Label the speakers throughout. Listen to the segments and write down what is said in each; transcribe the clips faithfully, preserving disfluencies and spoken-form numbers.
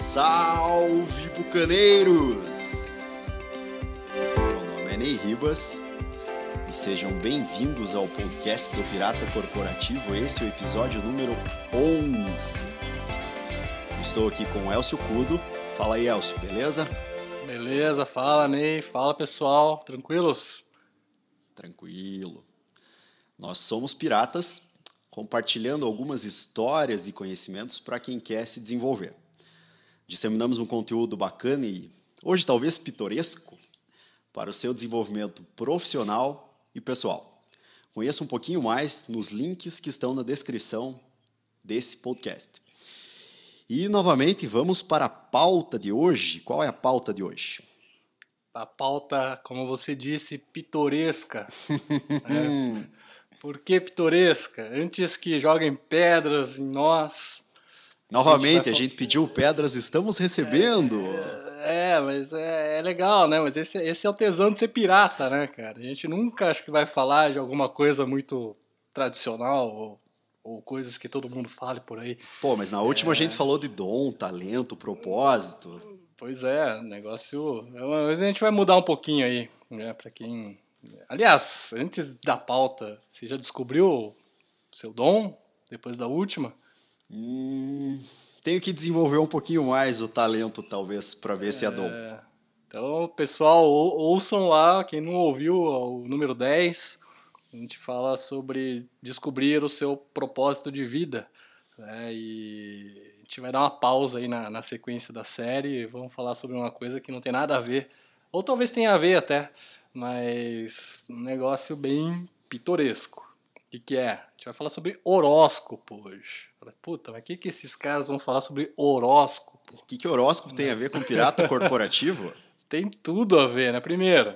Speaker 1: Salve, bucaneiros! Meu nome é Ney Ribas e sejam bem-vindos ao podcast do Pirata Corporativo. Esse é o episódio número onze. Estou aqui com o Elcio Cudo. Fala aí, Elcio, beleza?
Speaker 2: Beleza, fala Ney, fala pessoal, tranquilos?
Speaker 1: Tranquilo. Nós somos piratas, compartilhando algumas histórias e conhecimentos para quem quer se desenvolver. Disseminamos um conteúdo bacana e, hoje talvez pitoresco, para o seu desenvolvimento profissional e pessoal. Conheça um pouquinho mais nos links que estão na descrição desse podcast. E, novamente, vamos para a pauta de hoje. Qual é a pauta de hoje?
Speaker 2: A pauta, como você disse, pitoresca. É. Por que pitoresca? Antes que joguem pedras em nós...
Speaker 1: Novamente, a gente,
Speaker 2: a
Speaker 1: gente pediu pedras, estamos recebendo.
Speaker 2: É, é mas é, é legal, né? Mas esse, esse é o tesão de ser pirata, né, cara? A gente nunca acho que vai falar de alguma coisa muito tradicional ou, ou coisas que todo mundo fale por aí.
Speaker 1: Pô, mas na última
Speaker 2: é...
Speaker 1: a gente falou de dom, talento, propósito.
Speaker 2: Pois é, negócio... Mas a gente vai mudar um pouquinho aí, né? Pra quem... Aliás, antes da pauta, você já descobriu o seu dom depois da última?
Speaker 1: Hum, tenho que desenvolver um pouquinho mais o talento, talvez, para ver é... se é dom.
Speaker 2: Então, pessoal, ou, ouçam lá, quem não ouviu, o número dez, a gente fala sobre descobrir o seu propósito de vida. Né? E a gente vai dar uma pausa aí na, na sequência da série, vamos falar sobre uma coisa que não tem nada a ver, ou talvez tenha a ver até, mas um negócio bem pitoresco. O que, que é? A gente vai falar sobre horóscopo hoje. Puta, mas o que, que esses caras vão falar sobre horóscopo?
Speaker 1: O que, que horóscopo tem a ver com pirata corporativo?
Speaker 2: Tem tudo a ver, né? Primeiro,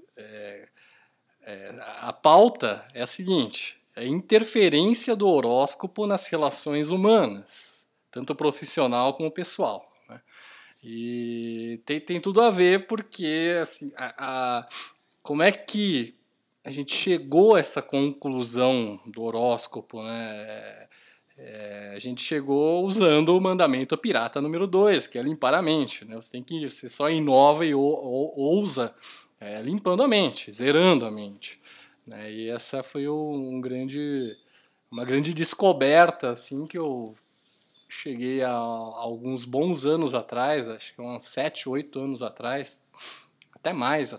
Speaker 2: é, é, a pauta é a seguinte: é a interferência do horóscopo nas relações humanas, tanto profissional como pessoal. Né? E tem, tem tudo a ver porque, assim, a, a, como é que a gente chegou a essa conclusão do horóscopo, né? É, a gente chegou usando o mandamento pirata número dois, que é limpar a mente. Né? Você tem que você só inova e ou, ou, ousa é, limpando a mente, zerando a mente. Né? E essa foi um grande, uma grande descoberta assim, que eu cheguei a, a alguns bons anos atrás, acho que uns sete, oito anos atrás, até mais.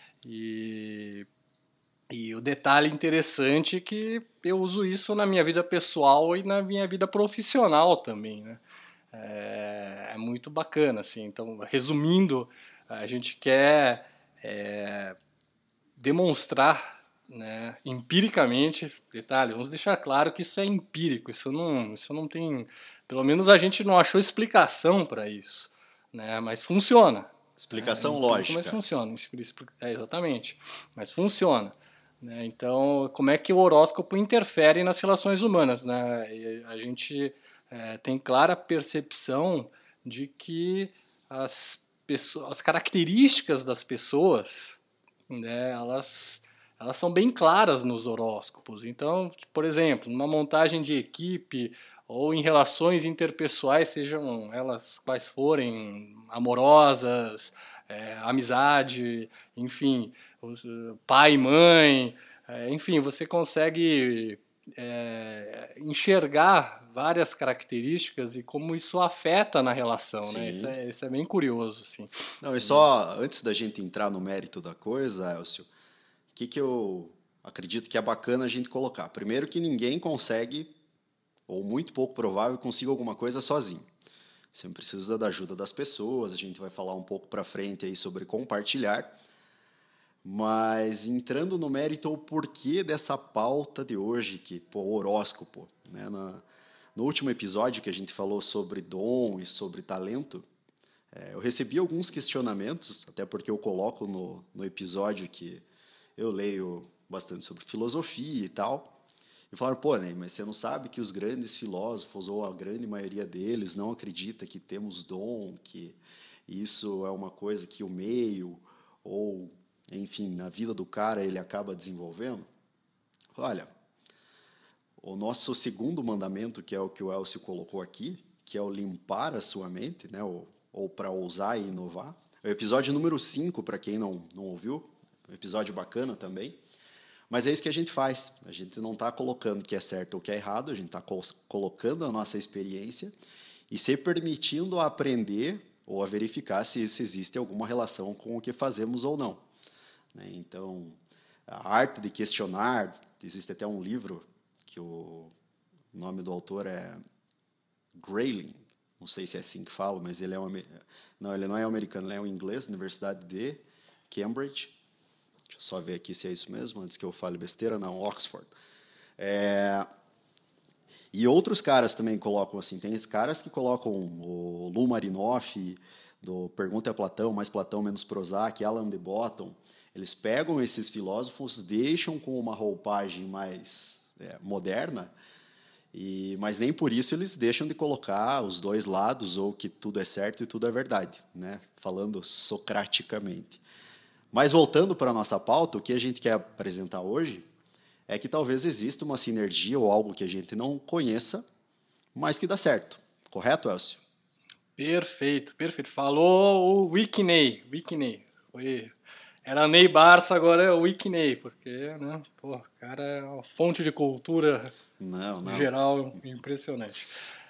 Speaker 2: E... E o detalhe interessante é que eu uso isso na minha vida pessoal e na minha vida profissional também, né? É, é muito bacana, assim. Então, resumindo, a gente quer é, demonstrar, né, empiricamente, detalhe, vamos deixar claro que isso é empírico, isso não, isso não tem... Pelo menos a gente não achou explicação para isso, né? Mas funciona.
Speaker 1: Explicação
Speaker 2: é, é
Speaker 1: lógica.
Speaker 2: Mas funciona, é, exatamente, mas funciona. Né? Então, como é que o horóscopo interfere nas relações humanas? Né? E a gente é, tem clara percepção de que as, pessoas, as características das pessoas, né, elas, elas são bem claras nos horóscopos. Então, por exemplo, numa montagem de equipe ou em relações interpessoais, sejam elas quais forem, amorosas, é, amizade, enfim... pai, mãe, enfim, você consegue é, enxergar várias características e como isso afeta na relação, Sim. né? Isso é, isso é bem curioso, assim.
Speaker 1: Não, e só antes da gente entrar no mérito da coisa, Elcio, o que, que eu acredito que é bacana a gente colocar? Primeiro que ninguém consegue, ou muito pouco provável, consiga alguma coisa sozinho. Sempre precisa da ajuda das pessoas, a gente vai falar um pouco para frente aí sobre compartilhar. Mas entrando no mérito, o porquê dessa pauta de hoje, que pô, horóscopo, né? Na, no último episódio que a gente falou sobre dom e sobre talento, é, eu recebi alguns questionamentos, até porque eu coloco no, no episódio que eu leio bastante sobre filosofia e tal, e falaram, pô, Ney, mas você não sabe que os grandes filósofos, ou a grande maioria deles, não acredita que temos dom, que isso é uma coisa que o meio, ou... enfim, na vida do cara ele acaba desenvolvendo. Olha, o nosso segundo mandamento, que é o que o Elcio colocou aqui, que é o limpar a sua mente, né, o ou para ousar e inovar. É o episódio número cinco, para quem não, não ouviu, um episódio bacana também. Mas é isso que a gente faz. A gente não está colocando o que é certo ou o que é errado, a gente está colocando a nossa experiência e se permitindo aprender ou a verificar se, se existe alguma relação com o que fazemos ou não. Né? Então, a arte de questionar, existe até um livro que o nome do autor é Grayling, não sei se é assim que falo, mas ele é um, não, ele não é americano, ele é um inglês, Universidade de Cambridge. Deixa eu só ver aqui se é isso mesmo, antes que eu fale besteira. Não, Oxford. É, e outros caras também colocam assim, tem esses caras que colocam o Lou Marinoff, do Pergunta a Platão, mais Platão, menos Prozac, Alan de Botton. Eles pegam esses filósofos, deixam com uma roupagem mais é, moderna, e, mas nem por isso eles deixam de colocar os dois lados, ou que tudo é certo e tudo é verdade, né? Falando socraticamente. Mas voltando para a nossa pauta, o que a gente quer apresentar hoje é que talvez exista uma sinergia ou algo que a gente não conheça, mas que dá certo. Correto, Elcio?
Speaker 2: Perfeito, perfeito. Falou o Wickney. Wickney. Foi... Era Ney Barça, agora é o Wickney, porque, né, pô, o cara é uma fonte de cultura
Speaker 1: não, não.
Speaker 2: geral impressionante.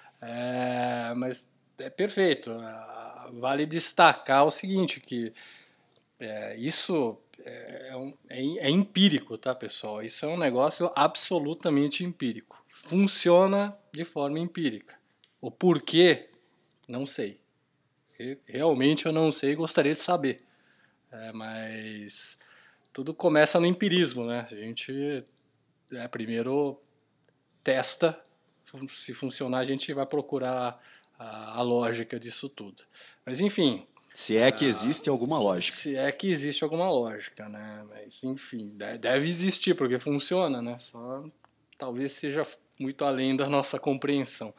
Speaker 2: É, mas é perfeito. Vale destacar o seguinte, que é, isso é, é, é empírico, tá, pessoal? Isso é um negócio absolutamente empírico. Funciona de forma empírica. O porquê, não sei. Realmente eu não sei e gostaria de saber. É, mas tudo começa no empirismo, né? A gente é, primeiro testa, se funcionar a gente vai procurar a, a lógica disso tudo. Mas enfim...
Speaker 1: Se é que existe
Speaker 2: ah,
Speaker 1: alguma lógica.
Speaker 2: Se é que existe alguma lógica, né? Mas enfim, deve existir, porque funciona, né? Só talvez seja muito além da nossa compreensão.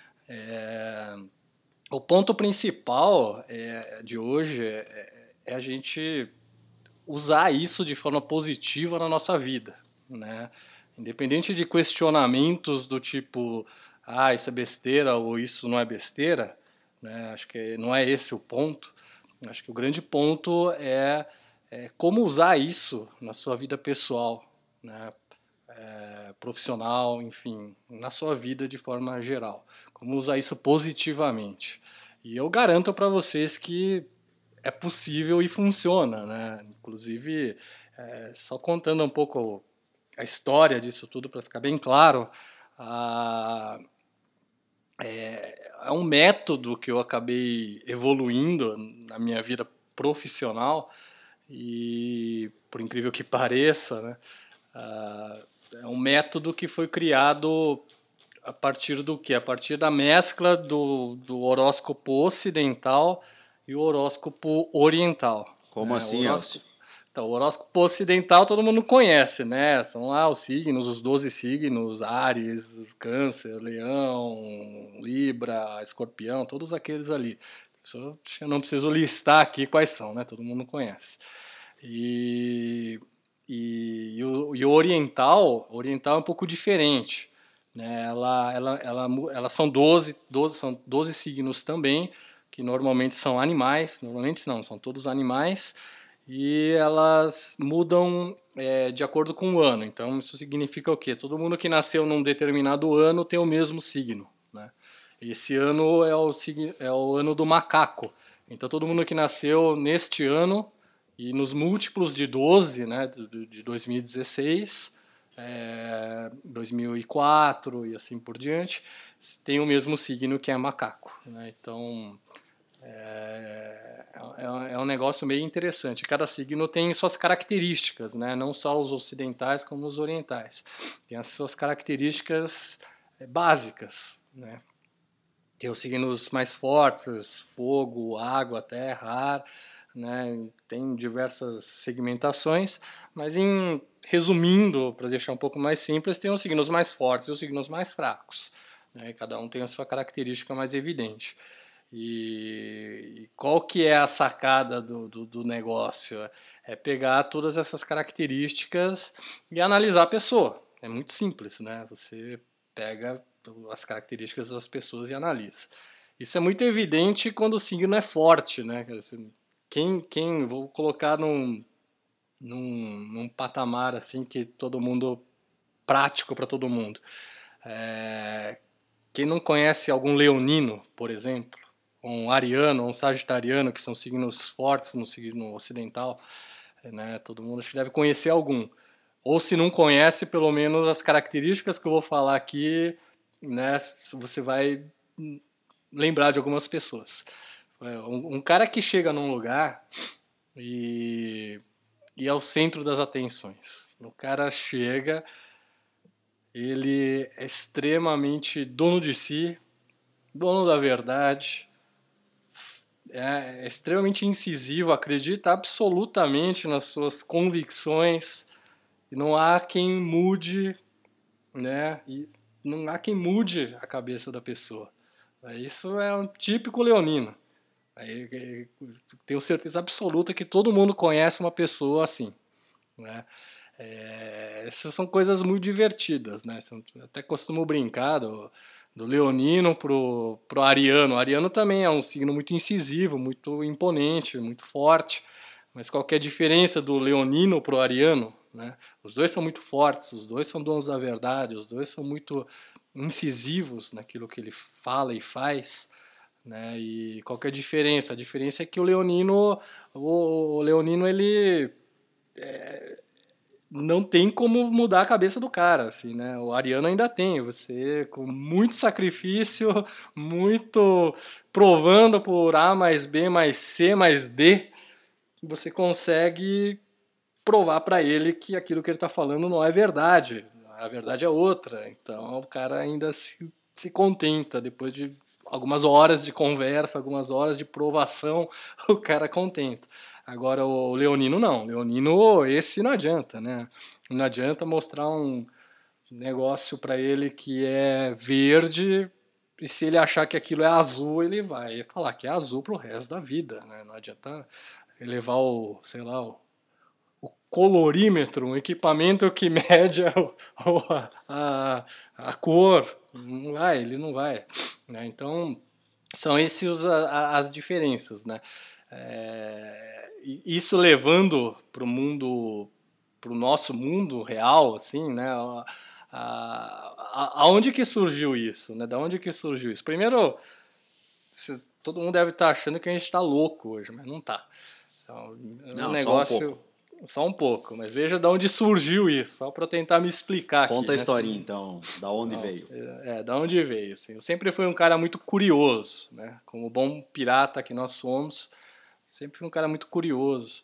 Speaker 2: É... O ponto principal é, de hoje é, é a gente usar isso de forma positiva na nossa vida, né? Independente de questionamentos do tipo, ah, isso é besteira ou isso não é besteira, né? Acho que não é esse o ponto. Acho que o grande ponto é, é como usar isso na sua vida pessoal, né? É, profissional, enfim, na sua vida de forma geral. Como usar isso positivamente. E eu garanto para vocês que é possível e funciona, né? Inclusive, é, só contando um pouco a história disso tudo para ficar bem claro, a, é, é um método que eu acabei evoluindo na minha vida profissional e, por incrível que pareça, né, a, é um método que foi criado a partir do quê? A partir da mescla do, do horóscopo ocidental e o horóscopo oriental.
Speaker 1: Como
Speaker 2: né?
Speaker 1: assim,
Speaker 2: o
Speaker 1: Elcio?
Speaker 2: horóscopo, então, o horóscopo ocidental todo mundo conhece, né? São lá os signos, os doze signos, Áries, Câncer, Leão, Libra, Escorpião, todos aqueles ali. Isso eu não preciso listar aqui quais são, né? Todo mundo conhece. E, e, e, o, e o oriental, o oriental é um pouco diferente. Né? Ela, ela, ela, elas são doze, doze, são doze signos também, que normalmente são animais, normalmente não, são todos animais, e elas mudam é, de acordo com o ano. Então isso significa o quê? Todo mundo que nasceu num determinado ano tem o mesmo signo. Né? Esse ano é o, é o ano do macaco. Então todo mundo que nasceu neste ano e nos múltiplos de doze, né, de dois mil e dezesseis, é, dois mil e quatro e assim por diante, tem o mesmo signo que é macaco. Né? Então é, é um negócio meio interessante. Cada signo tem suas características, né? Não só os ocidentais como os orientais. Tem as suas características básicas. Né? Tem os signos mais fortes, fogo, água, terra, ar. Né? Tem diversas segmentações, mas em resumindo, para deixar um pouco mais simples, tem os signos mais fortes e os signos mais fracos. Né? Cada um tem a sua característica mais evidente. E qual que é a sacada do, do, do negócio? É pegar todas essas características e analisar a pessoa. É muito simples, né? Você pega as características das pessoas e analisa. Isso é muito evidente quando o signo é forte, né? Quem, quem vou colocar num, num, num patamar assim que todo mundo, prático para todo mundo. É, quem não conhece algum leonino, por exemplo, um ariano, um sagitariano, que são signos fortes no signo ocidental, né? Todo mundo acho que deve conhecer algum. Ou se não conhece, pelo menos as características que eu vou falar aqui, né? Você vai lembrar de algumas pessoas. Um, um cara que chega num lugar e, e é o centro das atenções. O cara chega, ele é extremamente dono de si, dono da verdade, é, é extremamente incisivo, acredita absolutamente nas suas convicções e não há quem mude, né? E não há quem mude a cabeça da pessoa. Isso é um típico leonino. Aí, tenho certeza absoluta que todo mundo conhece uma pessoa assim, né? É, essas são coisas muito divertidas, né? Eu até costumo brincar do, do leonino pro, pro ariano. O ariano também é um signo muito incisivo, muito imponente, muito forte. Mas qual que é a diferença do leonino pro ariano, né? Os dois são muito fortes, os dois são donos da verdade, os dois são muito incisivos naquilo que ele fala e faz, né? E qual que é a diferença? A diferença é que o leonino, o, o leonino ele é, não tem como mudar a cabeça do cara, assim, né? O ariano ainda tem, você com muito sacrifício, muito provando por A mais B mais C mais D, você consegue provar para ele que aquilo que ele está falando não é verdade, a verdade é outra. Então o cara ainda se, se contenta, depois de algumas horas de conversa, algumas horas de provação, o cara contenta. Agora o leonino não, o leonino esse não adianta, né? Não adianta mostrar um negócio para ele que é verde e se ele achar que aquilo é azul, ele vai falar que é azul pro resto da vida, né? Não adianta levar o, sei lá, o colorímetro, um equipamento que mede a, a, a cor, não vai, ele não vai, né? Então são esses as, as diferenças, né? É, isso levando para o mundo, para o nosso mundo real, assim, né? A, a, aonde que surgiu isso, né? Da onde que surgiu isso? Primeiro, todo mundo deve estar achando que a gente está louco hoje, mas não está. É um
Speaker 1: não,
Speaker 2: negócio.
Speaker 1: Só um pouco.
Speaker 2: Só um pouco, mas veja de onde surgiu isso, só para tentar me explicar.
Speaker 1: Conta
Speaker 2: aqui,
Speaker 1: a
Speaker 2: né?
Speaker 1: historinha, então, da onde
Speaker 2: Não,
Speaker 1: veio.
Speaker 2: É, da onde veio. Assim. Eu sempre fui um cara muito curioso, né? Como bom pirata que nós somos, sempre fui um cara muito curioso.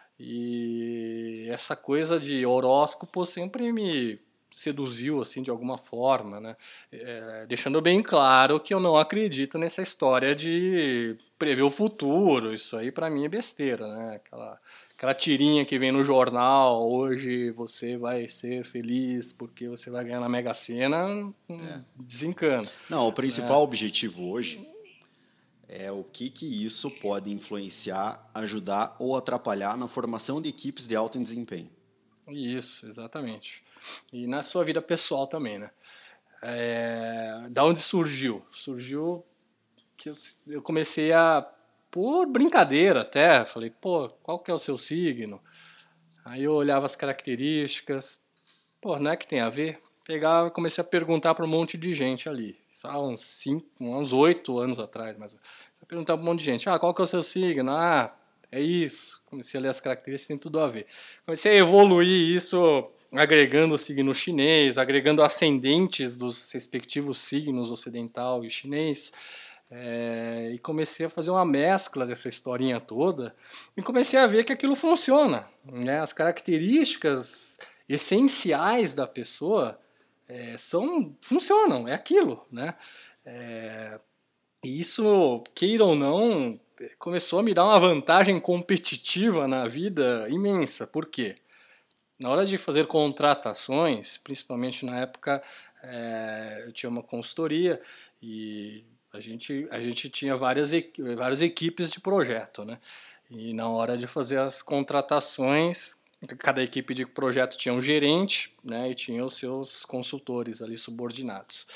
Speaker 2: E essa coisa de horóscopo sempre me seduziu, assim, de alguma forma, né? É, deixando bem claro que eu não acredito nessa história de prever o futuro, isso aí para mim é besteira, né? Aquela... Aquela tirinha que vem no jornal, hoje você vai ser feliz porque você vai ganhar na Mega Sena, é. desencana.
Speaker 1: Não, o principal é. objetivo hoje é o que, que isso pode influenciar, ajudar ou atrapalhar na formação de equipes de alto desempenho.
Speaker 2: Isso, exatamente. E na sua vida pessoal também, né? É, da onde surgiu? Surgiu que eu comecei a... Por brincadeira até, falei, pô, qual que é o seu signo? Aí eu olhava as características, pô, não é que tem a ver? Pegava e comecei a perguntar para um monte de gente ali, há uns cinco, uns oito anos atrás, mas a perguntar para um monte de gente, ah, qual que é o seu signo? Ah, é isso. Comecei a ler as características, tem tudo a ver. Comecei a evoluir isso, agregando o signo chinês, agregando ascendentes dos respectivos signos ocidental e chinês. É, e comecei a fazer uma mescla dessa historinha toda e comecei a ver que aquilo funciona, né? As características essenciais da pessoa é, são, funcionam, é aquilo, né? É, e isso, queira ou não, começou a me dar uma vantagem competitiva na vida imensa. Por quê? Na hora de fazer contratações, principalmente na época, é, eu tinha uma consultoria e a gente, a gente tinha várias, várias equipes de projeto, né? E na hora de fazer as contratações, cada equipe de projeto tinha um gerente, né? E tinha os seus consultores ali subordinados.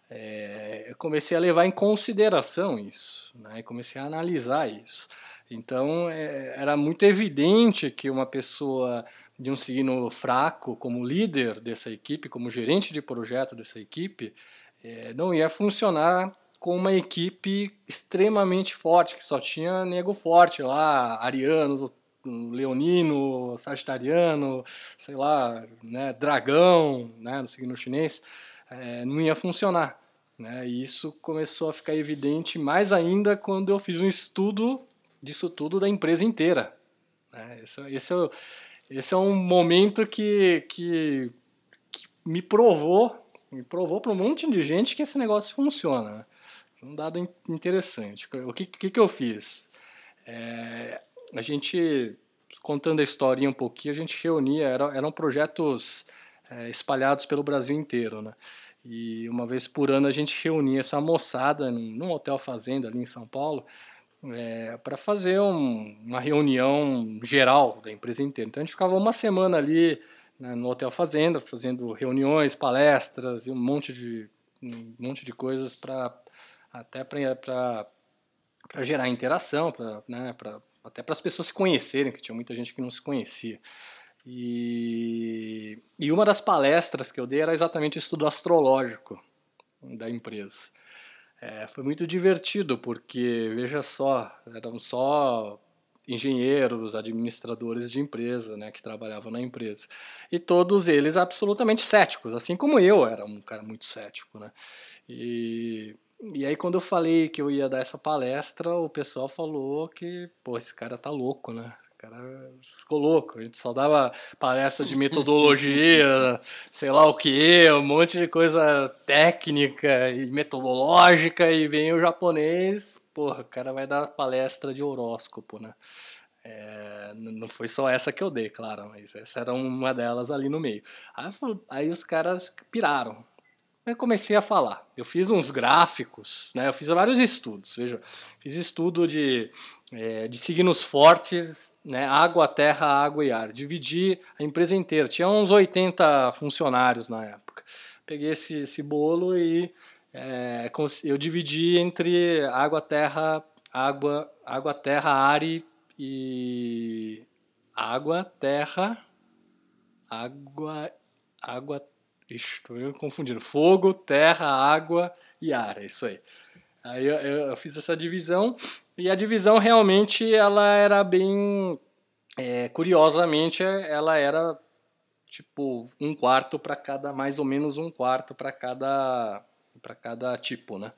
Speaker 2: é, eu comecei a levar em consideração isso, né? Comecei a analisar isso. Então, é, era muito evidente que uma pessoa de um signo fraco, como líder dessa equipe, como gerente de projeto dessa equipe, é, não ia funcionar com uma equipe extremamente forte, que só tinha nego forte lá, ariano, leonino, sagitariano, sei lá, né, dragão, né, no signo chinês, é, não ia funcionar. Né? E isso começou a ficar evidente mais ainda quando eu fiz um estudo disso tudo da empresa inteira. Né? Esse, esse, é, esse é um momento que, que, que me provou, me provou para um monte de gente que esse negócio funciona. Um dado interessante. O que, que, que eu fiz? É, a gente, contando a historinha um pouquinho, a gente reunia, eram, eram projetos é, espalhados pelo Brasil inteiro, né? E uma vez por ano a gente reunia essa moçada num, num hotel fazenda ali em São Paulo, é, para fazer um, uma reunião geral da empresa inteira. Então a gente ficava uma semana ali, né, no hotel fazenda, fazendo reuniões, palestras e um monte de, um monte de coisas para até para gerar interação, pra, né, pra, até para as pessoas se conhecerem, que tinha muita gente que não se conhecia. E, e uma das palestras que eu dei era exatamente o estudo astrológico da empresa. É, foi muito divertido, porque, veja só, eram só engenheiros, administradores de empresa, né, que trabalhavam na empresa. E todos eles absolutamente céticos, assim como eu era um cara muito cético. Né? E... E aí quando eu falei que eu ia dar essa palestra, o pessoal falou que, pô, esse cara tá louco, né? O cara ficou louco. A gente só dava palestra de metodologia, sei lá o que, um monte de coisa técnica e metodológica, e vem o japonês, porra, o cara vai dar palestra de horóscopo, né? É, não foi só essa que eu dei, claro, mas essa era uma delas ali no meio. Aí, aí os caras piraram. Eu comecei a falar. Eu fiz uns gráficos, né? Eu fiz vários estudos. Veja, fiz estudo de, é, de signos fortes, né? Água, terra, água e ar. Dividi a empresa inteira. Tinha uns oitenta funcionários na época. Peguei esse, esse bolo e é, eu dividi entre água, terra, água, água, terra, ar e água, terra, água, água, estou me confundindo. Fogo, terra, água e ar, é isso aí. Aí eu, eu, eu fiz essa divisão, e a divisão realmente ela era bem... É, curiosamente, ela era tipo um quarto para cada... Mais ou menos um quarto para cada, para cada tipo, né?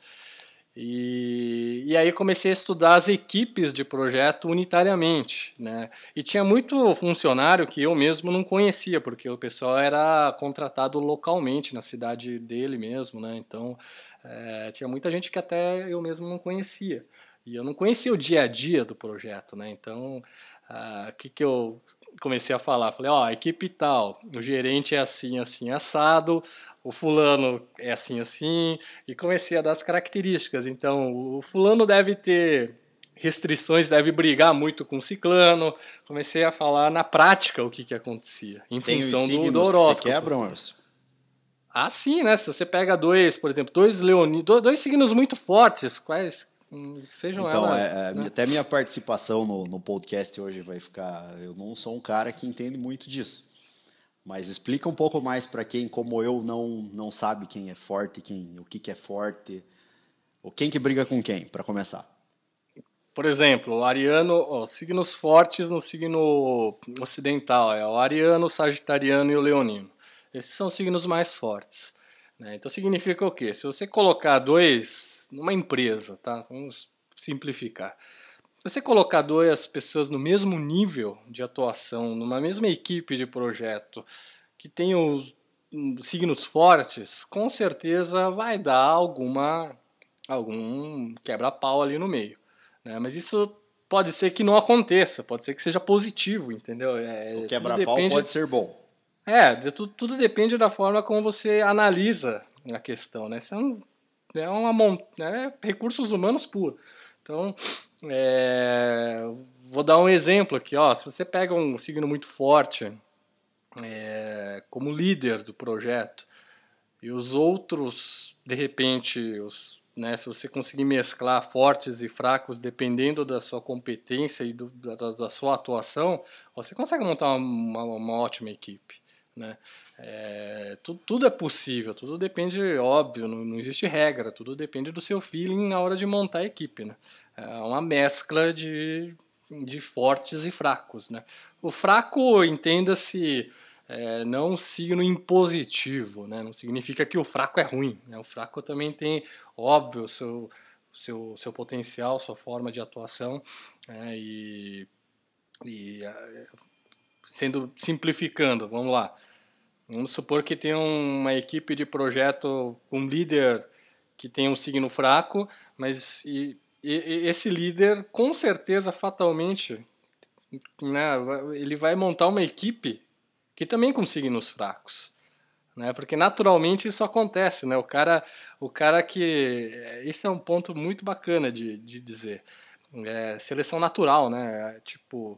Speaker 2: E, e aí comecei a estudar as equipes de projeto unitariamente, né? E tinha muito funcionário que eu mesmo não conhecia, porque o pessoal era contratado localmente na cidade dele mesmo, né? Então é, tinha muita gente que até eu mesmo não conhecia. E eu não conhecia o dia a dia do projeto, né? Então o ah, que, que eu comecei a falar? Falei, ó, a equipe tal, o gerente é assim, assim, assado, o fulano é assim, assim, e comecei a dar as características. Então, o fulano deve ter restrições, deve brigar muito com o ciclano. Comecei a falar na prática o que, que acontecia, em
Speaker 1: Tem
Speaker 2: função
Speaker 1: os
Speaker 2: do,
Speaker 1: signos
Speaker 2: do horóscopo.
Speaker 1: Que você quebra, Márcio?
Speaker 2: Ah, sim, né? Se você pega dois, por exemplo, dois leoninos, dois, dois signos muito fortes, quais hum, sejam
Speaker 1: Então,
Speaker 2: elas...
Speaker 1: é, é,
Speaker 2: né?
Speaker 1: até minha participação no, no podcast hoje vai ficar... Eu não sou um cara que entende muito disso. Mas explica um pouco mais para quem, como eu, não, não sabe quem é forte, quem, o que, que é forte, ou quem que briga com quem, para começar.
Speaker 2: Por exemplo, o ariano, ó, signos fortes no signo ocidental, é o ariano, o sagitariano e o leonino. Esses são os signos mais fortes. Né? Então significa o quê? Se você colocar dois numa empresa, tá? Vamos simplificar. Se você colocar duas pessoas no mesmo nível de atuação, numa mesma equipe de projeto, que tem os signos fortes, com certeza vai dar alguma, algum quebra-pau ali no meio. Né? Mas isso pode ser que não aconteça, pode ser que seja positivo, entendeu? É,
Speaker 1: O quebra-pau depende... pode ser bom.
Speaker 2: É, tudo, tudo depende da forma como você analisa a questão, né? Isso é, um, é uma é recursos humanos puro. Então, é, vou dar um exemplo aqui, ó. Se você pega um signo muito forte é, como líder do projeto, e os outros, de repente, os, né, se você conseguir mesclar fortes e fracos dependendo da sua competência e do, da, da sua atuação, você consegue montar uma, uma, uma ótima equipe, né? É, tudo, tudo é possível, tudo depende, óbvio, não, não existe regra, tudo depende do seu feeling na hora de montar a equipe, né? É uma mescla de, de fortes e fracos, né? O fraco, entenda-se, é, não um signo impositivo, né? Não significa que o fraco é ruim, né? O fraco também tem, óbvio, o seu, seu, seu potencial, sua forma de atuação, né? e, e sendo simplificando, vamos lá. Vamos supor que tem uma equipe de projeto, um líder que tem um signo fraco, mas e, e, esse líder, com certeza, fatalmente, né, ele vai montar uma equipe que também com signos fracos, né, porque naturalmente isso acontece, né, o cara, o cara que... Esse é um ponto muito bacana de, de dizer. É, seleção natural, né, tipo...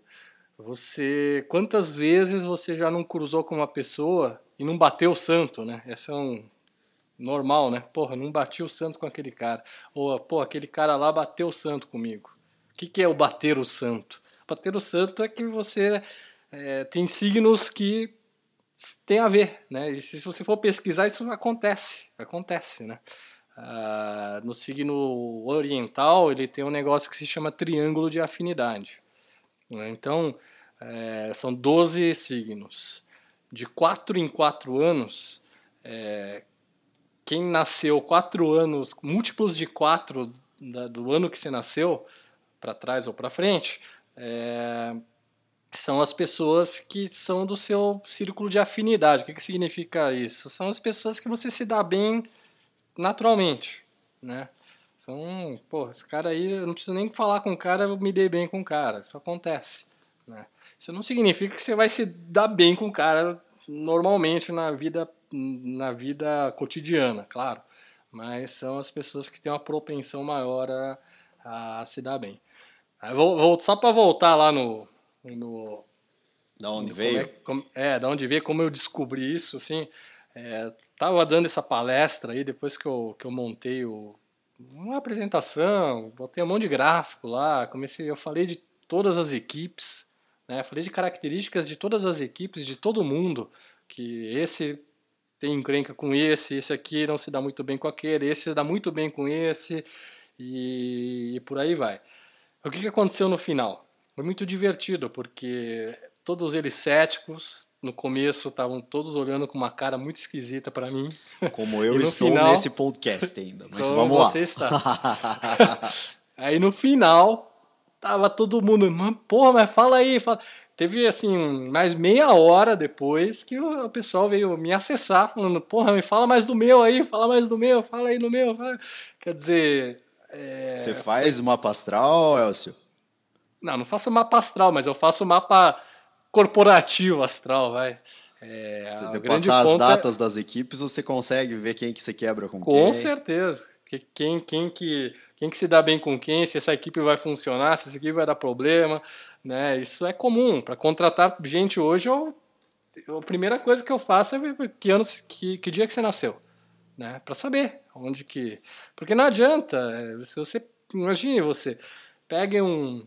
Speaker 2: Você, quantas vezes você já não cruzou com uma pessoa e não bateu o santo, né? Esse é um normal, né? Porra, não bati o santo com aquele cara. Ou, pô, aquele cara lá bateu o santo comigo. O que, que é o bater o santo? Bater o santo é que você é, tem signos que tem a ver, né? E se você for pesquisar, isso acontece, acontece, né? Ah, no signo oriental, ele tem um negócio que se chama triângulo de afinidade. Então, é, são doze signos. De quatro em quatro anos, é, quem nasceu quatro anos, múltiplos de quatro da, do ano que você nasceu, para trás ou para frente, é, são as pessoas que são do seu círculo de afinidade. O que, que significa isso? São as pessoas que você se dá bem naturalmente, né? São, pô, esse cara aí, eu não preciso nem falar com o cara, eu me dei bem com o cara. Isso acontece, né? Isso não significa que você vai se dar bem com o cara normalmente na vida, na vida cotidiana, claro. Mas são as pessoas que têm uma propensão maior a, a se dar bem. Aí vou, vou, só para voltar lá no... no
Speaker 1: da onde
Speaker 2: no,
Speaker 1: veio?
Speaker 2: É, como, é, da onde veio, como eu descobri isso, assim... É, tava dando essa palestra aí, depois que eu, que eu montei o, uma apresentação, botei um monte de gráfico lá, comecei, eu falei de todas as equipes, né, falei de características de todas as equipes, de todo mundo, que esse tem encrenca com esse, esse aqui não se dá muito bem com aquele, esse se dá muito bem com esse, e, e por aí vai. O que, que aconteceu no final? Foi muito divertido, porque todos eles céticos, no começo estavam todos olhando com uma cara muito esquisita para mim.
Speaker 1: Como eu
Speaker 2: no
Speaker 1: estou
Speaker 2: final,
Speaker 1: nesse podcast ainda, mas
Speaker 2: como
Speaker 1: vamos
Speaker 2: você
Speaker 1: lá.
Speaker 2: Está. Aí no final, tava todo mundo, porra, mas fala aí, fala. Teve assim, mais meia hora depois que o pessoal veio me acessar, falando, porra, me fala mais do meu aí, fala mais do meu, fala aí do meu. Fala. Quer dizer... É...
Speaker 1: Você faz foi... mapa astral, Elcio?
Speaker 2: Não, não faço mapa astral, mas eu faço mapa corporativo astral, vai. É,
Speaker 1: você passar as datas é... das equipes, você consegue ver quem que você quebra com,
Speaker 2: com
Speaker 1: quem?
Speaker 2: Com certeza. Quem, quem, que, quem que se dá bem com quem, se essa equipe vai funcionar, se essa equipe vai dar problema, né? Isso é comum. Para contratar gente hoje, eu, a primeira coisa que eu faço é ver que, anos, que, que dia que você nasceu, né? Para saber onde que... Porque não adianta, se você... Imagine você, pegue um...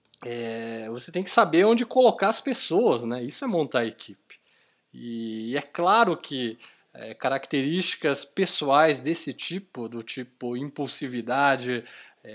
Speaker 2: É, você tem que saber onde colocar as pessoas, né? Isso é montar a equipe. E, e é claro que é, características pessoais desse tipo, do tipo impulsividade,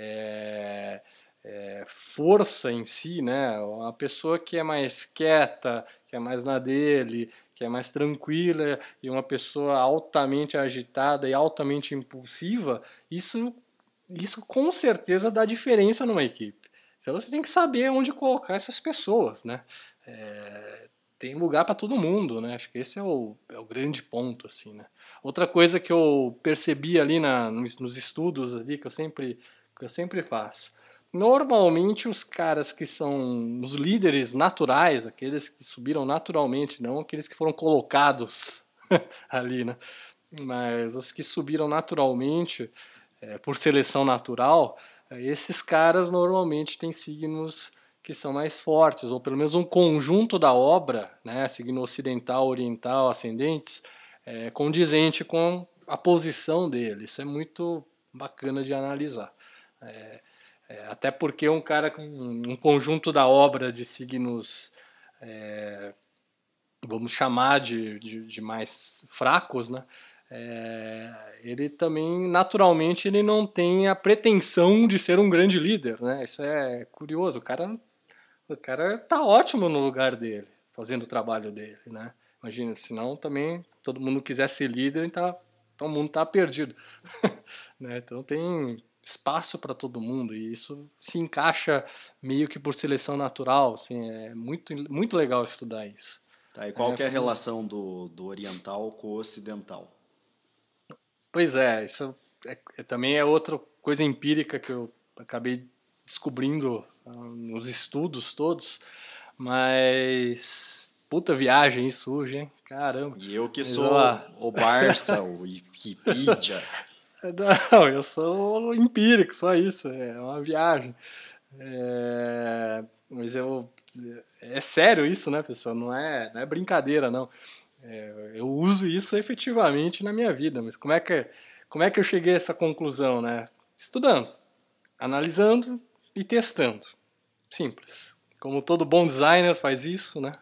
Speaker 2: é, é, força em si, né? Uma pessoa que é mais quieta, que é mais na dele, que é mais tranquila, e uma pessoa altamente agitada e altamente impulsiva, isso, isso com certeza dá diferença numa equipe. Então você tem que saber onde colocar essas pessoas, né? É, tem lugar para todo mundo, né? Acho que esse é o, é o grande ponto, assim, né? Outra coisa que eu percebi ali na, nos, nos estudos ali, que eu sempre, que eu sempre faço. Normalmente os caras que são os líderes naturais, aqueles que subiram naturalmente, não aqueles que foram colocados ali, né? Mas os que subiram naturalmente, é, por seleção natural, esses caras normalmente têm signos que são mais fortes, ou pelo menos um conjunto da obra, né, signo ocidental, oriental, ascendentes, é, condizente com a posição dele. Isso é muito bacana de analisar. É, é, até porque um cara com um conjunto da obra de signos, é, vamos chamar de, de, de mais fracos, né? É, ele também, naturalmente, ele não tem a pretensão de ser um grande líder, né? Isso é curioso. O cara, o cara tá ótimo no lugar dele, fazendo o trabalho dele, né? Imagina, senão também todo mundo quiser ser líder, então todo mundo tá perdido. Né? Então tem espaço para todo mundo e isso se encaixa meio que por seleção natural. Assim, é muito, muito legal estudar isso.
Speaker 1: Tá, e qual
Speaker 2: É,
Speaker 1: que é a relação do, do oriental com o ocidental?
Speaker 2: pois é, isso é, é, também é outra coisa empírica que eu acabei descobrindo uh, nos estudos todos, mas puta viagem isso surge, hein? Caramba.
Speaker 1: E eu que
Speaker 2: Mas,
Speaker 1: sou
Speaker 2: ó,
Speaker 1: o Barça, o Wikipedia.
Speaker 2: não, eu sou empírico, só isso, é uma viagem. É, mas eu, é sério isso, né, pessoal? Não é, não é brincadeira, não. É, eu uso isso efetivamente na minha vida, mas como é que, como é que eu cheguei a essa conclusão, né? Estudando, analisando e testando. Simples. Como todo bom designer faz isso, né?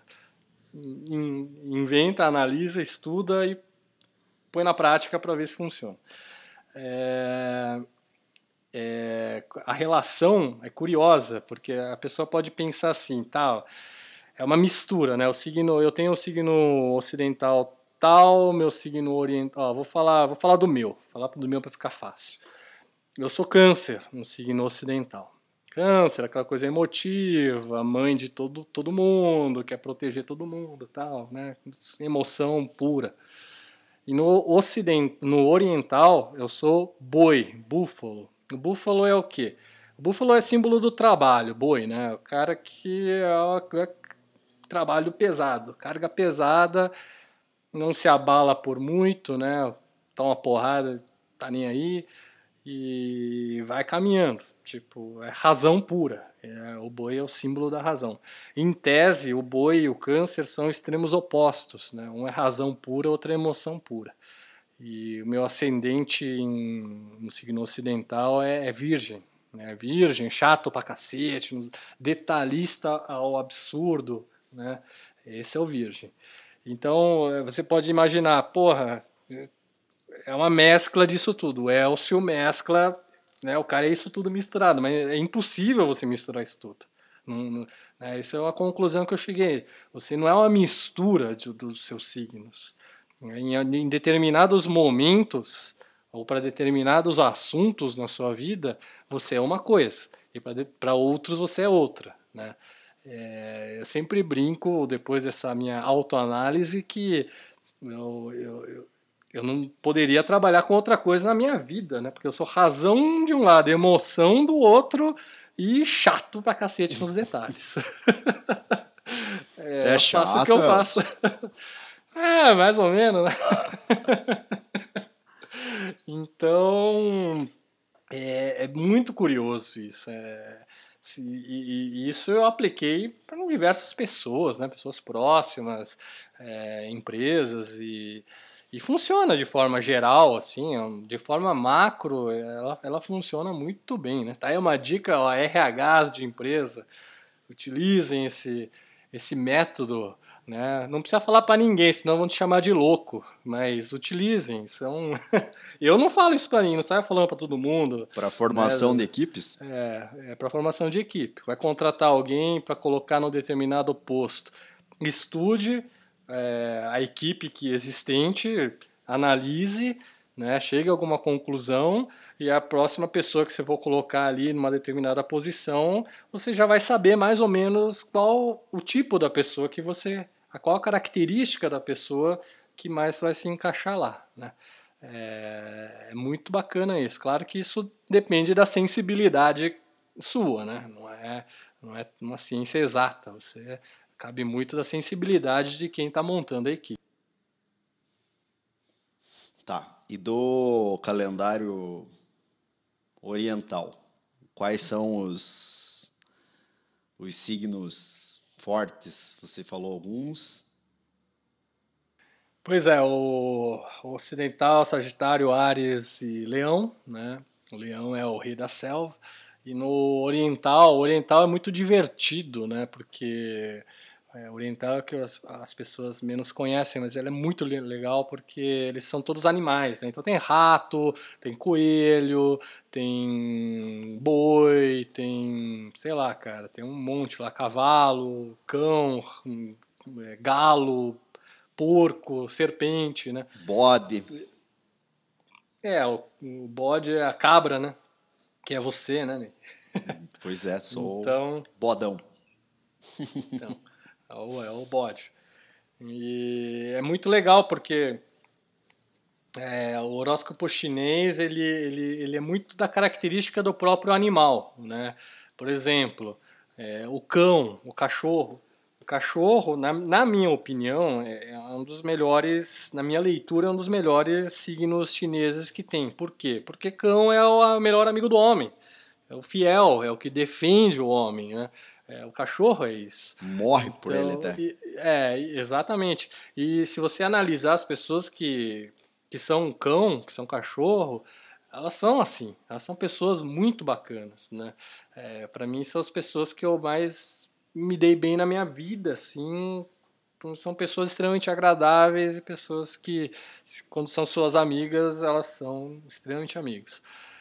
Speaker 2: Inventa, analisa, estuda e põe na prática para ver se funciona. É, é, a relação é curiosa, porque a pessoa pode pensar assim, tal, tá, é uma mistura, né? O signo, eu tenho o signo ocidental tal, meu signo oriental, ó, vou falar, vou falar do meu, vou falar do meu para ficar fácil. Eu sou câncer, no signo ocidental. Câncer, aquela coisa emotiva, mãe de todo, todo mundo, quer proteger todo mundo, tal, né? Emoção pura. E no ocident, no oriental, eu sou boi, búfalo. O búfalo é o quê? O búfalo é símbolo do trabalho, boi, né? O cara que é, é trabalho pesado, carga pesada, não se abala por muito, né? Toma uma porrada, tá nem aí e vai caminhando. Tipo, é razão pura. É, o boi é o símbolo da razão. Em tese, o boi e o câncer são extremos opostos, né? Um é razão pura, outro é emoção pura. E o meu ascendente em, no signo ocidental é, é virgem. Né? Virgem, chato pra cacete, detalhista ao absurdo, né? Esse é o virgem. Então, você pode imaginar, porra, é uma mescla disso tudo. O Elcio mescla, né? O cara é isso tudo misturado, mas é impossível você misturar isso tudo. Não, não, né? Essa é uma conclusão que eu cheguei. Você não é uma mistura de, dos seus signos. Em, em determinados momentos ou para determinados assuntos na sua vida, você é uma coisa e para outros você é outra, né? É, eu sempre brinco, depois dessa minha autoanálise, que eu, eu, eu, eu não poderia trabalhar com outra coisa na minha vida, né? Porque eu sou razão de um lado, emoção do outro e chato pra cacete nos detalhes.
Speaker 1: Você
Speaker 2: É,
Speaker 1: é
Speaker 2: eu faço o que
Speaker 1: chato,
Speaker 2: eu faço.
Speaker 1: Elcio?
Speaker 2: É, mais ou menos, né? Então, é, é muito curioso isso. É, se, e, e isso eu apliquei para diversas pessoas, né? Pessoas próximas, é, empresas e, e funciona de forma geral, assim, de forma macro, ela, ela funciona muito bem, né? Tá aí uma dica, ó, R Hs de empresa, utilizem esse, esse método, né? Não precisa falar para ninguém, senão vão te chamar de louco, mas utilizem. São... Eu não falo isso para mim, não saio falando para todo mundo.
Speaker 1: Para
Speaker 2: Né?
Speaker 1: formação de equipes?
Speaker 2: É, é para formação de equipe. Vai contratar alguém para colocar no determinado posto. Estude é, a equipe que é existente, analise, né, chegue a alguma conclusão e a próxima pessoa que você for colocar ali numa determinada posição, você já vai saber mais ou menos qual o tipo da pessoa que você, qual a característica da pessoa que mais vai se encaixar lá, né? É, é muito bacana isso. Claro que isso depende da sensibilidade sua, né? Não é, não é uma ciência exata. Você cabe muito da sensibilidade de quem está montando a equipe.
Speaker 1: Tá. E do calendário oriental, quais são os, os signos fortes? Você falou alguns.
Speaker 2: Pois é, o, o ocidental, Sagitário, Áries e Leão, né? O Leão é o rei da selva. E no oriental, o oriental é muito divertido, né? Porque é, o oriental é o que as, as pessoas menos conhecem, mas ele é muito legal porque eles são todos animais, né? Então tem rato, tem coelho, tem boi, tem, sei lá, cara, tem um monte lá, cavalo, cão, é, galo, porco, serpente, né?
Speaker 1: Bode.
Speaker 2: É, o, o bode é a cabra, né? Que é você, né?
Speaker 1: Pois é, sou
Speaker 2: Então,
Speaker 1: bodão.
Speaker 2: então é, o, é o bode. E é muito legal porque é, o horóscopo chinês ele, ele, ele é muito da característica do próprio animal, né? Por exemplo, é, o cão, o cachorro. O cachorro, na, na minha opinião, é, é um dos melhores, na minha leitura, é um dos melhores signos chineses que tem. Por quê? Porque cão é o melhor amigo do homem. É o fiel, é o que defende o homem, né? É, o cachorro é isso.
Speaker 1: Morre por ele
Speaker 2: Então,
Speaker 1: até.
Speaker 2: e- é, exatamente. E se você analisar as pessoas que, que são cão, que são cachorro, elas são assim, elas são pessoas muito bacanas, né? É, para mim são as pessoas que eu mais me dei bem na minha vida, assim, são pessoas extremamente agradáveis e pessoas que, quando são suas amigas, elas são extremamente amigas.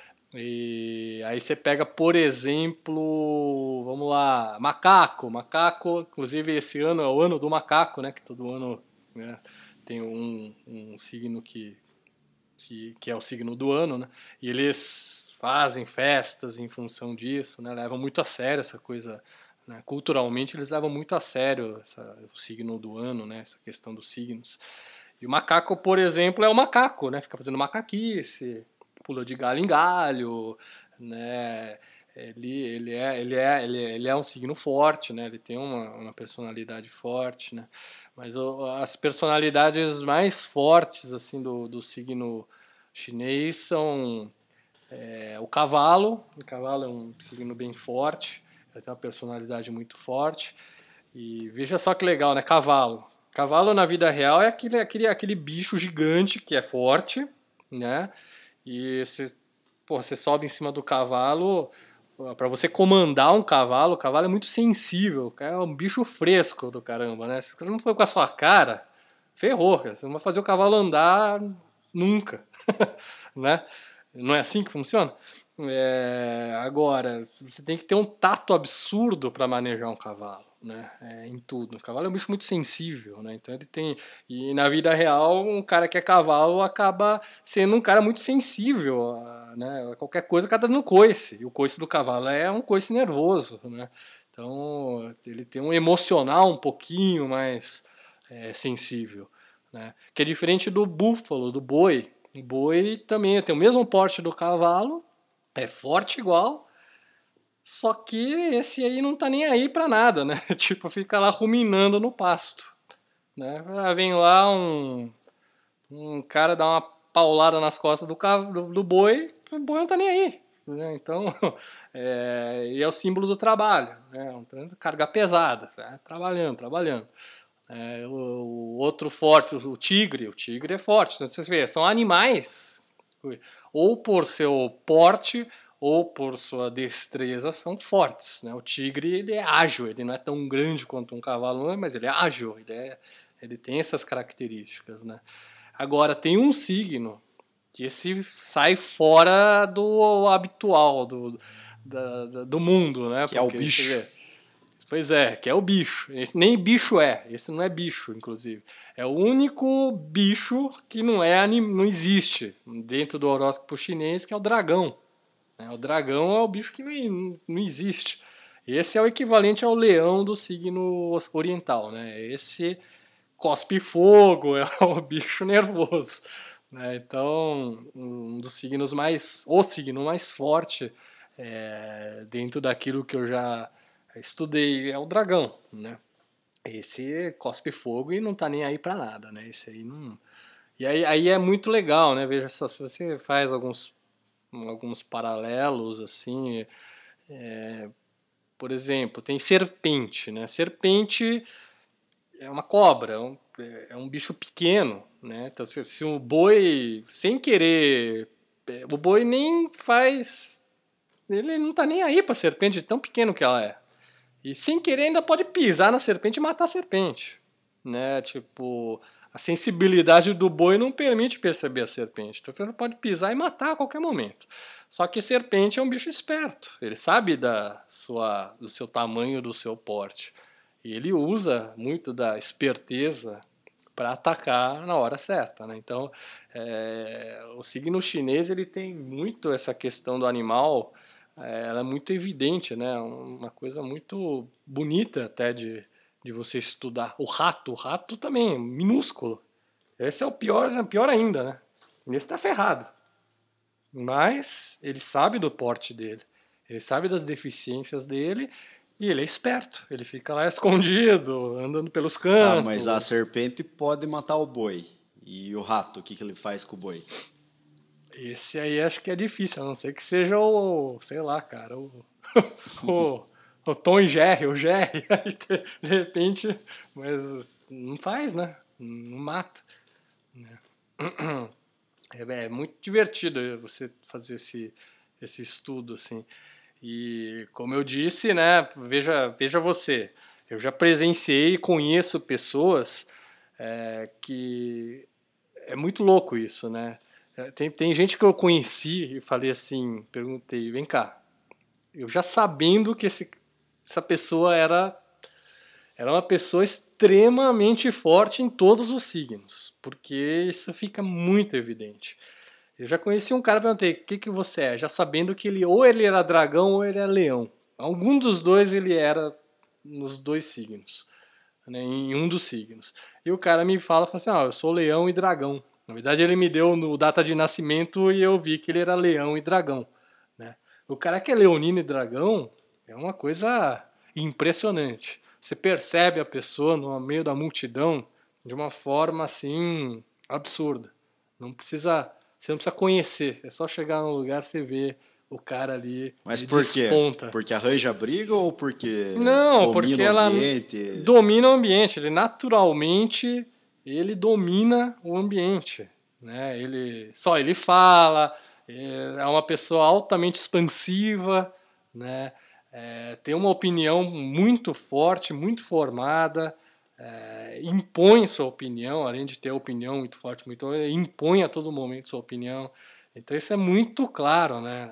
Speaker 2: E aí você pega, por exemplo, vamos lá, macaco. Macaco, inclusive esse ano é o ano do macaco, né? Que todo ano, né, tem um, um signo que, que, que é o signo do ano, né? E eles fazem festas em função disso, né? Levam muito a sério essa coisa, né? Culturalmente eles levam muito a sério essa, o signo do ano, né? Essa questão dos signos. E o macaco, por exemplo, é o macaco, né? Fica fazendo macaquice, pula de galho em galho, né? Ele, ele, é, ele, é, ele, é, ele é um signo forte, né? Ele tem uma, uma personalidade forte, né? Mas o, as personalidades mais fortes assim do, do signo chinês são é, o cavalo. O cavalo é um signo bem forte, ele tem uma personalidade muito forte. E veja só que legal, né? Cavalo. Cavalo na vida real é aquele, aquele, aquele bicho gigante que é forte, né? E você, pô, você sobe em cima do cavalo. Para você comandar um cavalo, o cavalo é muito sensível, é um bicho fresco do caramba, né? Se você não for com a sua cara, ferrou, cara. Você não vai fazer o cavalo andar nunca, né? Não é assim que funciona? É, agora, você tem que ter um tato absurdo para manejar um cavalo, né? É, em tudo. O cavalo é um bicho muito sensível, né? Então ele tem. E na vida real, um cara que é cavalo acaba sendo um cara muito sensível, a, né? A qualquer coisa, cada no coice. E o coice do cavalo é um coice nervoso, né? Então ele tem um emocional um pouquinho mais é, sensível, né? Que é diferente do búfalo, do boi. O boi também tem o mesmo porte do cavalo, é forte igual, só que esse aí não tá nem aí pra nada, né? Tipo, fica lá ruminando no pasto, né? Vem lá um, um cara dar uma paulada nas costas do, do, do boi, o boi não tá nem aí, né? Então, é, e é o símbolo do trabalho, né? Um carga pesada, né? Trabalhando, trabalhando. É, o, o outro forte, o tigre, o tigre é forte. Então, vocês veem, são animais, ou por seu porte, ou por sua destreza, são fortes. Né? O tigre ele é ágil, ele não é tão grande quanto um cavalo, mas ele é ágil, ele, é, ele tem essas características. Né? Agora, tem um signo que esse sai fora do habitual, do, da, da, do mundo, né?
Speaker 1: Que é o
Speaker 2: Porque,
Speaker 1: bicho.
Speaker 2: você vê, pois é, que é o bicho. Esse nem bicho é, esse não é bicho, inclusive. É o único bicho que não é anim... não existe dentro do horóscopo chinês, que é o dragão. O dragão é o bicho que não, não existe. Esse é o equivalente ao leão do signo oriental, né? Esse cospe fogo, é o bicho nervoso. Né? Então, um dos signos mais, o signo mais forte é, dentro daquilo que eu já estudei é o dragão, né? Esse cospe fogo e não tá nem aí pra nada, né? Esse aí não. E aí, aí é muito legal, né? Veja só, se você faz alguns, alguns paralelos, assim. É, por exemplo, tem serpente, né? Serpente é uma cobra, é um, é um bicho pequeno, né? Então, se, se um boi, sem querer, o boi nem faz, ele não tá nem aí pra serpente, de tão pequeno que ela é. E sem querer ainda pode pisar na serpente e matar a serpente, né? Tipo, a sensibilidade do boi não permite perceber a serpente. Então ele pode pisar e matar a qualquer momento. Só que serpente é um bicho esperto. Ele sabe da sua, do seu tamanho, do seu porte. E ele usa muito da esperteza para atacar na hora certa, né? Então, é, o signo chinês ele tem muito essa questão do animal. É, ela é muito evidente, né? Uma coisa muito bonita até de, de você estudar. O rato, o rato também, minúsculo. Esse é o pior, pior ainda, né? Esse tá ferrado. Mas ele sabe do porte dele. Ele sabe das deficiências dele e ele é esperto. Ele fica lá escondido, andando pelos cantos.
Speaker 1: Tá, mas a serpente pode matar o boi. E o rato, o que, que ele faz com o boi?
Speaker 2: Esse aí acho que é difícil, a não ser que seja o, sei lá, cara, o, o, o Tom e Jerry, o Jerry, de repente, mas não faz, né? Não mata. Né? É, é muito divertido você fazer esse, esse estudo, assim. E como eu disse, né, veja, veja você, eu já presenciei e conheço pessoas é, que... É muito louco isso, né? Tem, tem gente que eu conheci e falei assim, perguntei, vem cá, eu já sabendo que esse, essa pessoa era, era uma pessoa extremamente forte em todos os signos, porque isso fica muito evidente. Eu já conheci um cara e perguntei, o que, que você é? Já sabendo que ele ou ele era dragão ou ele era leão. Algum dos dois ele era nos dois signos, né, em um dos signos. E o cara me fala, fala assim, ah, eu sou leão e dragão. Na verdade, ele me deu no data de nascimento e eu vi que ele era leão e dragão. Né? O cara que é leonino e dragão é uma coisa impressionante. Você percebe a pessoa no meio da multidão de uma forma assim absurda. Não precisa, você não precisa conhecer, é só chegar no lugar e você vê o cara ali.
Speaker 1: Mas por quê?
Speaker 2: Desponta.
Speaker 1: Porque arranja briga ou porque
Speaker 2: não,
Speaker 1: domina
Speaker 2: porque
Speaker 1: o
Speaker 2: ela
Speaker 1: ambiente?
Speaker 2: domina o ambiente. Ele naturalmente ele domina o ambiente, né? Ele só ele fala, é uma pessoa altamente expansiva, né? É, tem uma opinião muito forte, muito formada, é, impõe sua opinião, além de ter opinião muito forte, muito impõe a todo momento sua opinião. Então isso é muito claro, né?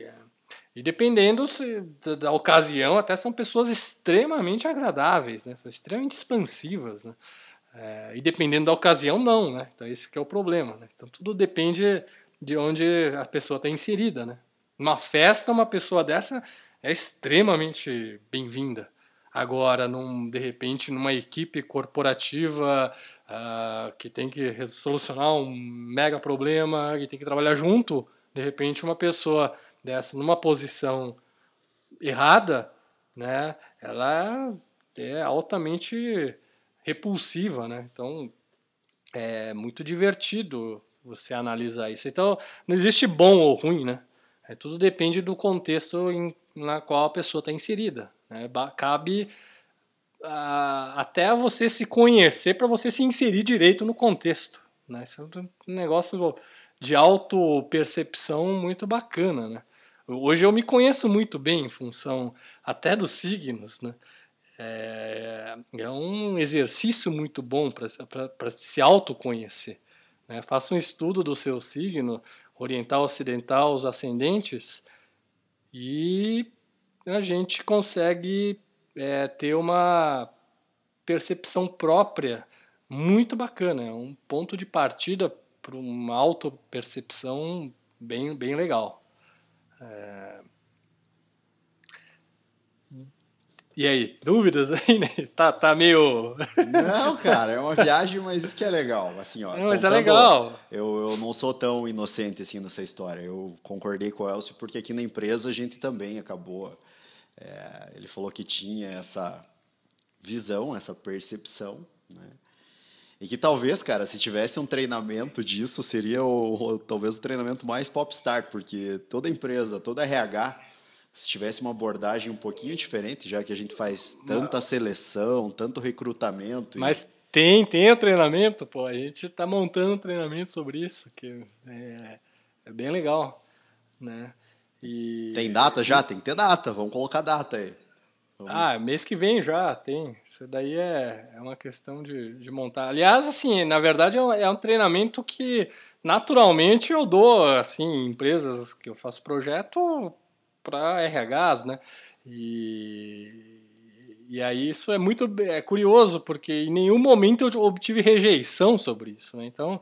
Speaker 2: E dependendo se, da, da ocasião, até são pessoas extremamente agradáveis, né? São extremamente expansivas, né? É, e dependendo da ocasião, não, né? Então esse que é o problema, né? Então tudo depende de onde a pessoa está inserida, né? Numa festa, uma pessoa dessa é extremamente bem-vinda. Agora, num, de repente, numa equipe corporativa uh, que tem que solucionar um mega problema, que tem que trabalhar junto, de repente uma pessoa dessa numa posição errada, né? Ela é altamente repulsiva, né? Então é muito divertido você analisar isso. Então não existe bom ou ruim, né? É, tudo depende do contexto em, na qual a pessoa está inserida. Né? Cabe a, até você se conhecer para você se inserir direito no contexto. Né? Isso é um negócio de autopercepção muito bacana. Né? Hoje eu me conheço muito bem em função até dos signos, né? É, é um exercício muito bom para se autoconhecer. Né? Faça um estudo do seu signo, oriental, ocidental, os ascendentes, e a gente consegue é, ter uma percepção própria muito bacana. É um ponto de partida para uma autopercepção bem, bem legal. É... E aí, dúvidas aí, né? Tá, tá meio...
Speaker 1: Não, cara, é uma viagem, mas isso que é legal. Assim, ó,
Speaker 2: não, mas
Speaker 1: contando,
Speaker 2: é legal.
Speaker 1: Eu, eu não sou tão inocente assim nessa história. Eu concordei com o Elcio porque aqui na empresa a gente também acabou... É, ele falou que tinha essa visão, essa percepção, né? E que talvez, cara, se tivesse um treinamento disso, seria o, o, talvez o treinamento mais popstar, porque toda empresa, toda R H... se tivesse uma abordagem um pouquinho diferente, já que a gente faz tanta seleção, tanto recrutamento.
Speaker 2: Mas
Speaker 1: e...
Speaker 2: tem, tem o treinamento, pô. A gente tá montando um treinamento sobre isso, que é, é bem legal, né? E...
Speaker 1: Tem data já? Tem que ter data. Vamos colocar data aí. Vamos...
Speaker 2: Ah, mês que vem já tem. Isso daí é, é uma questão de, de montar. Aliás, assim, na verdade é um, é um treinamento que naturalmente eu dou, assim, em empresas que eu faço projeto para R Hs, né? E, e aí isso é muito é curioso, porque em nenhum momento eu obtive rejeição sobre isso, né? Então,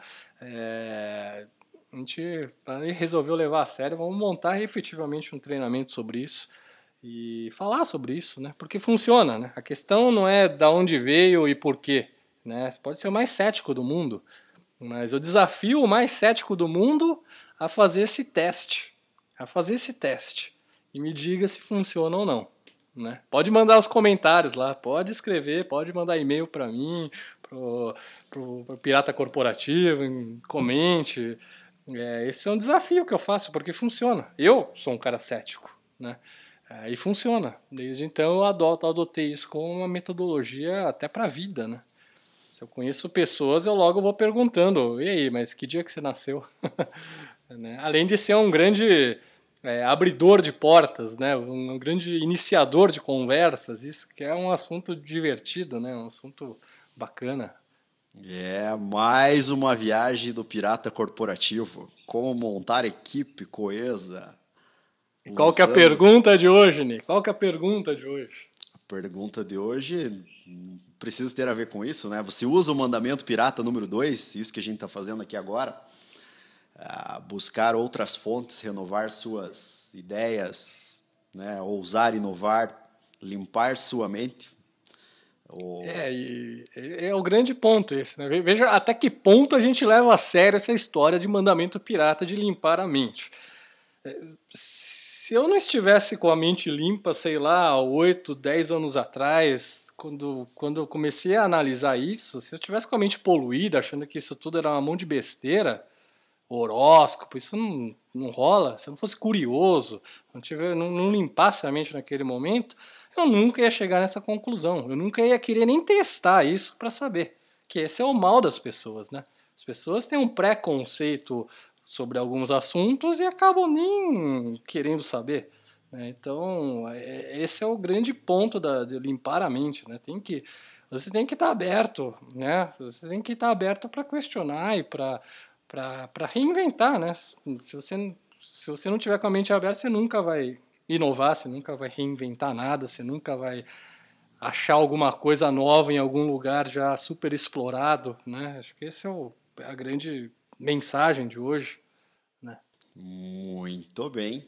Speaker 2: é, a gente resolveu levar a sério, vamos montar efetivamente um treinamento sobre isso e falar sobre isso, né? Porque funciona, né? A questão não é de onde veio e por quê, né? Você pode ser o mais cético do mundo, mas eu desafio o mais cético do mundo a fazer esse teste, a fazer esse teste e me diga se funciona ou não, né? Pode mandar os comentários lá, pode escrever, pode mandar e-mail para mim, pro, pro, pro Pirata Corporativo, comente. É, esse é um desafio que eu faço porque funciona. Eu sou um cara cético, né? É, e funciona. Desde então eu adoto, adotei isso como uma metodologia até para a vida, né? Se eu conheço pessoas, eu logo vou perguntando, e aí, mas que dia que você nasceu? Né? Além de ser um grande é, abridor de portas, né? Um grande iniciador de conversas, isso que é um assunto divertido, né? Um assunto bacana.
Speaker 1: É mais uma viagem do Pirata Corporativo. Como montar equipe coesa.
Speaker 2: E qual que é a pergunta de hoje, Nick? Qual que é a pergunta de hoje?
Speaker 1: A pergunta de hoje precisa ter a ver com isso, né? Você usa o mandamento pirata número dois, isso que a gente está fazendo aqui agora, buscar outras fontes, renovar suas ideias, né? Ousar inovar, limpar sua mente.
Speaker 2: Ou... É, e é o grande ponto esse, né? Veja até que ponto a gente leva a sério essa história de mandamento pirata de limpar a mente. Se eu não estivesse com a mente limpa, sei lá, oito, dez anos atrás, quando, quando eu comecei a analisar isso, se eu tivesse com a mente poluída, achando que isso tudo era uma mão de besteira, horóscopo, isso não, não rola, se eu não fosse curioso, não, tiver, não, não limpasse a mente naquele momento, eu nunca ia chegar nessa conclusão, eu nunca ia querer nem testar isso para saber, que esse é o mal das pessoas, né? As pessoas têm um preconceito sobre alguns assuntos e acabam nem querendo saber, né? Então, esse é o grande ponto da, de limpar a mente, né? Tem que, você tem que estar aberto, né? Você tem que estar aberto para questionar e para para reinventar, né? Se você, se você não tiver com a mente aberta, você nunca vai inovar, você nunca vai reinventar nada, você nunca vai achar alguma coisa nova em algum lugar já super explorado, né? Acho que esse é o, a grande mensagem de hoje, né?
Speaker 1: Muito bem.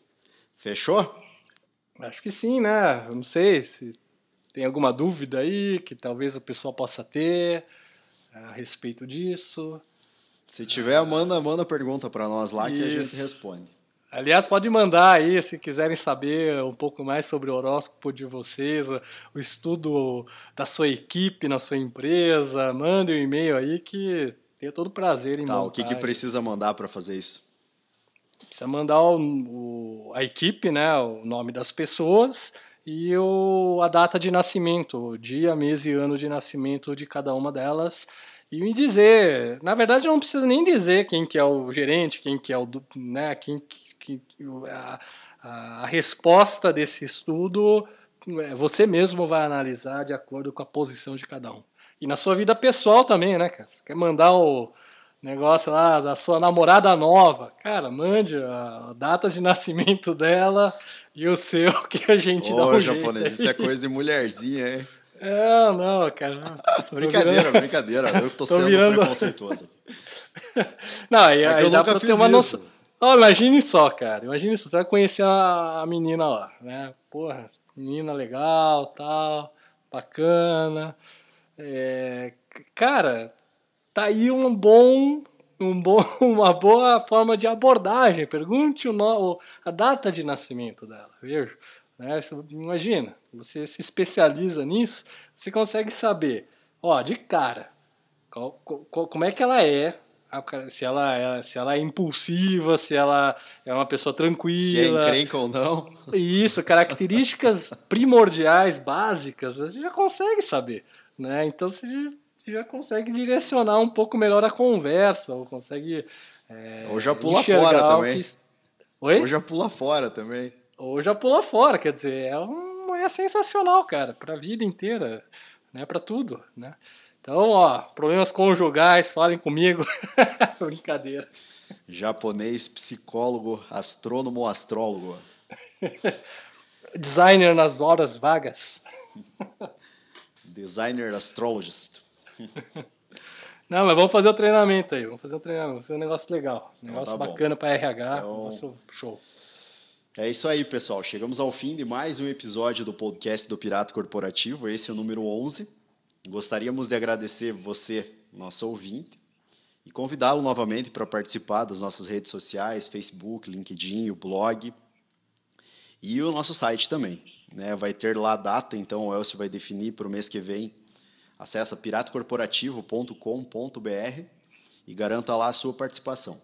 Speaker 1: Fechou?
Speaker 2: Acho que sim, né? Eu não sei se tem alguma dúvida aí que talvez o pessoal possa ter a respeito disso.
Speaker 1: Se tiver, ah, manda, manda pergunta para nós lá isso. Que a gente responde.
Speaker 2: Aliás, pode mandar aí, se quiserem saber um pouco mais sobre o horóscopo de vocês, o estudo da sua equipe na sua empresa, mande um e-mail aí que tenho todo prazer em
Speaker 1: tá,
Speaker 2: montar.
Speaker 1: O que, que precisa mandar para fazer isso?
Speaker 2: Precisa mandar o, o, a equipe, né, o nome das pessoas e o, a data de nascimento, o dia, mês e ano de nascimento de cada uma delas. E me dizer, na verdade não precisa nem dizer quem que é o gerente, quem que é o, né, quem, quem, a, a resposta desse estudo você mesmo vai analisar de acordo com a posição de cada um. E na sua vida pessoal também, né, cara? Você quer mandar o negócio lá da sua namorada nova, cara, mande a data de nascimento dela e o seu que a gente
Speaker 1: Ô,
Speaker 2: dá um
Speaker 1: japonês,
Speaker 2: jeito
Speaker 1: isso é coisa de mulherzinha, hein?
Speaker 2: É, não, cara.
Speaker 1: brincadeira, virando... brincadeira. Eu que tô, tô sendo virando... preconceituoso.
Speaker 2: Não, aí, é aí dá pra ter uma noção. Oh, imagine só, cara. Imagine só, você vai conhecer a, a menina lá, né? Porra, menina legal, tal, bacana. É... Cara, tá aí um bom, um bom, uma boa forma de abordagem. Pergunte o no... a data de nascimento dela, veja. Né? Imagina, você se especializa nisso, você consegue saber, ó, de cara, qual, qual, como é que ela é, se ela, é, se ela é impulsiva, se ela é uma pessoa tranquila.
Speaker 1: Se é encrenca ou não.
Speaker 2: Isso, características primordiais, básicas, a gente já consegue saber, né? Então você já, já consegue direcionar um pouco melhor a conversa, ou consegue é,
Speaker 1: ou já pula fora também.
Speaker 2: Que... Oi?
Speaker 1: Ou já pula fora também.
Speaker 2: Ou já pula fora, quer dizer, é, um, é sensacional, cara, pra vida inteira, né? Pra tudo, né? Então, ó, problemas conjugais, falem comigo. Brincadeira.
Speaker 1: Japonês, psicólogo, astrônomo, astrólogo.
Speaker 2: Designer nas horas vagas.
Speaker 1: Designer astrologist.
Speaker 2: Não, mas vamos fazer o treinamento aí. Vamos fazer o treinamento. Vai ser um negócio legal. Um negócio
Speaker 1: então, tá
Speaker 2: bacana para R H.
Speaker 1: Então,
Speaker 2: negócio show.
Speaker 1: É isso aí, pessoal. Chegamos ao fim de mais um episódio do podcast do Pirata Corporativo. Esse é o número onze. Gostaríamos de agradecer você, nosso ouvinte, e convidá-lo novamente para participar das nossas redes sociais, Facebook, LinkedIn, o blog e o nosso site também. Né? Vai ter lá a data, então o Elcio vai definir para o mês que vem. Acesse pirata corporativo ponto com ponto b r e garanta lá a sua participação.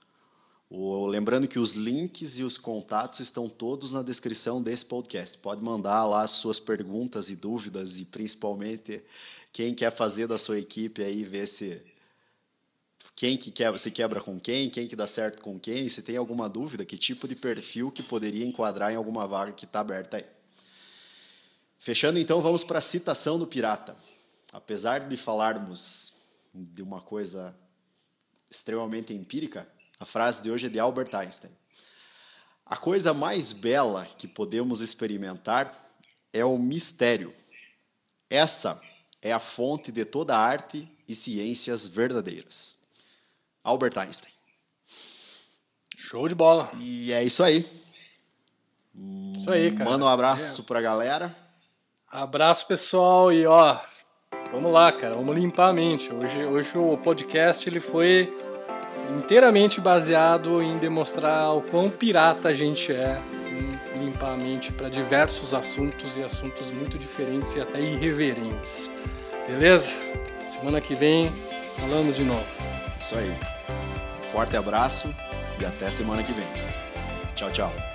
Speaker 1: O, lembrando que os links e os contatos estão todos na descrição desse podcast. Pode mandar lá as suas perguntas e dúvidas e principalmente quem quer fazer da sua equipe aí, ver se quem que quebra, se quebra com quem, quem que dá certo com quem, se tem alguma dúvida, que tipo de perfil que poderia enquadrar em alguma vaga que está aberta aí. Fechando então, vamos para a citação do pirata. Apesar de falarmos de uma coisa extremamente empírica, a frase de hoje é de Albert Einstein. A coisa mais bela que podemos experimentar é o mistério. Essa é a fonte de toda arte e ciências verdadeiras. Albert Einstein.
Speaker 2: Show de bola.
Speaker 1: E é isso aí.
Speaker 2: Isso aí, cara.
Speaker 1: Manda um abraço é. pra galera.
Speaker 2: Abraço, pessoal. E ó, vamos lá, cara. Vamos limpar a mente. Hoje, hoje o podcast ele foi inteiramente baseado em demonstrar o quão pirata a gente é, em limpar a mente para diversos assuntos e assuntos muito diferentes e até irreverentes. Beleza? Semana que vem falamos de novo.
Speaker 1: Isso aí. Um forte abraço e até semana que vem. Tchau, tchau.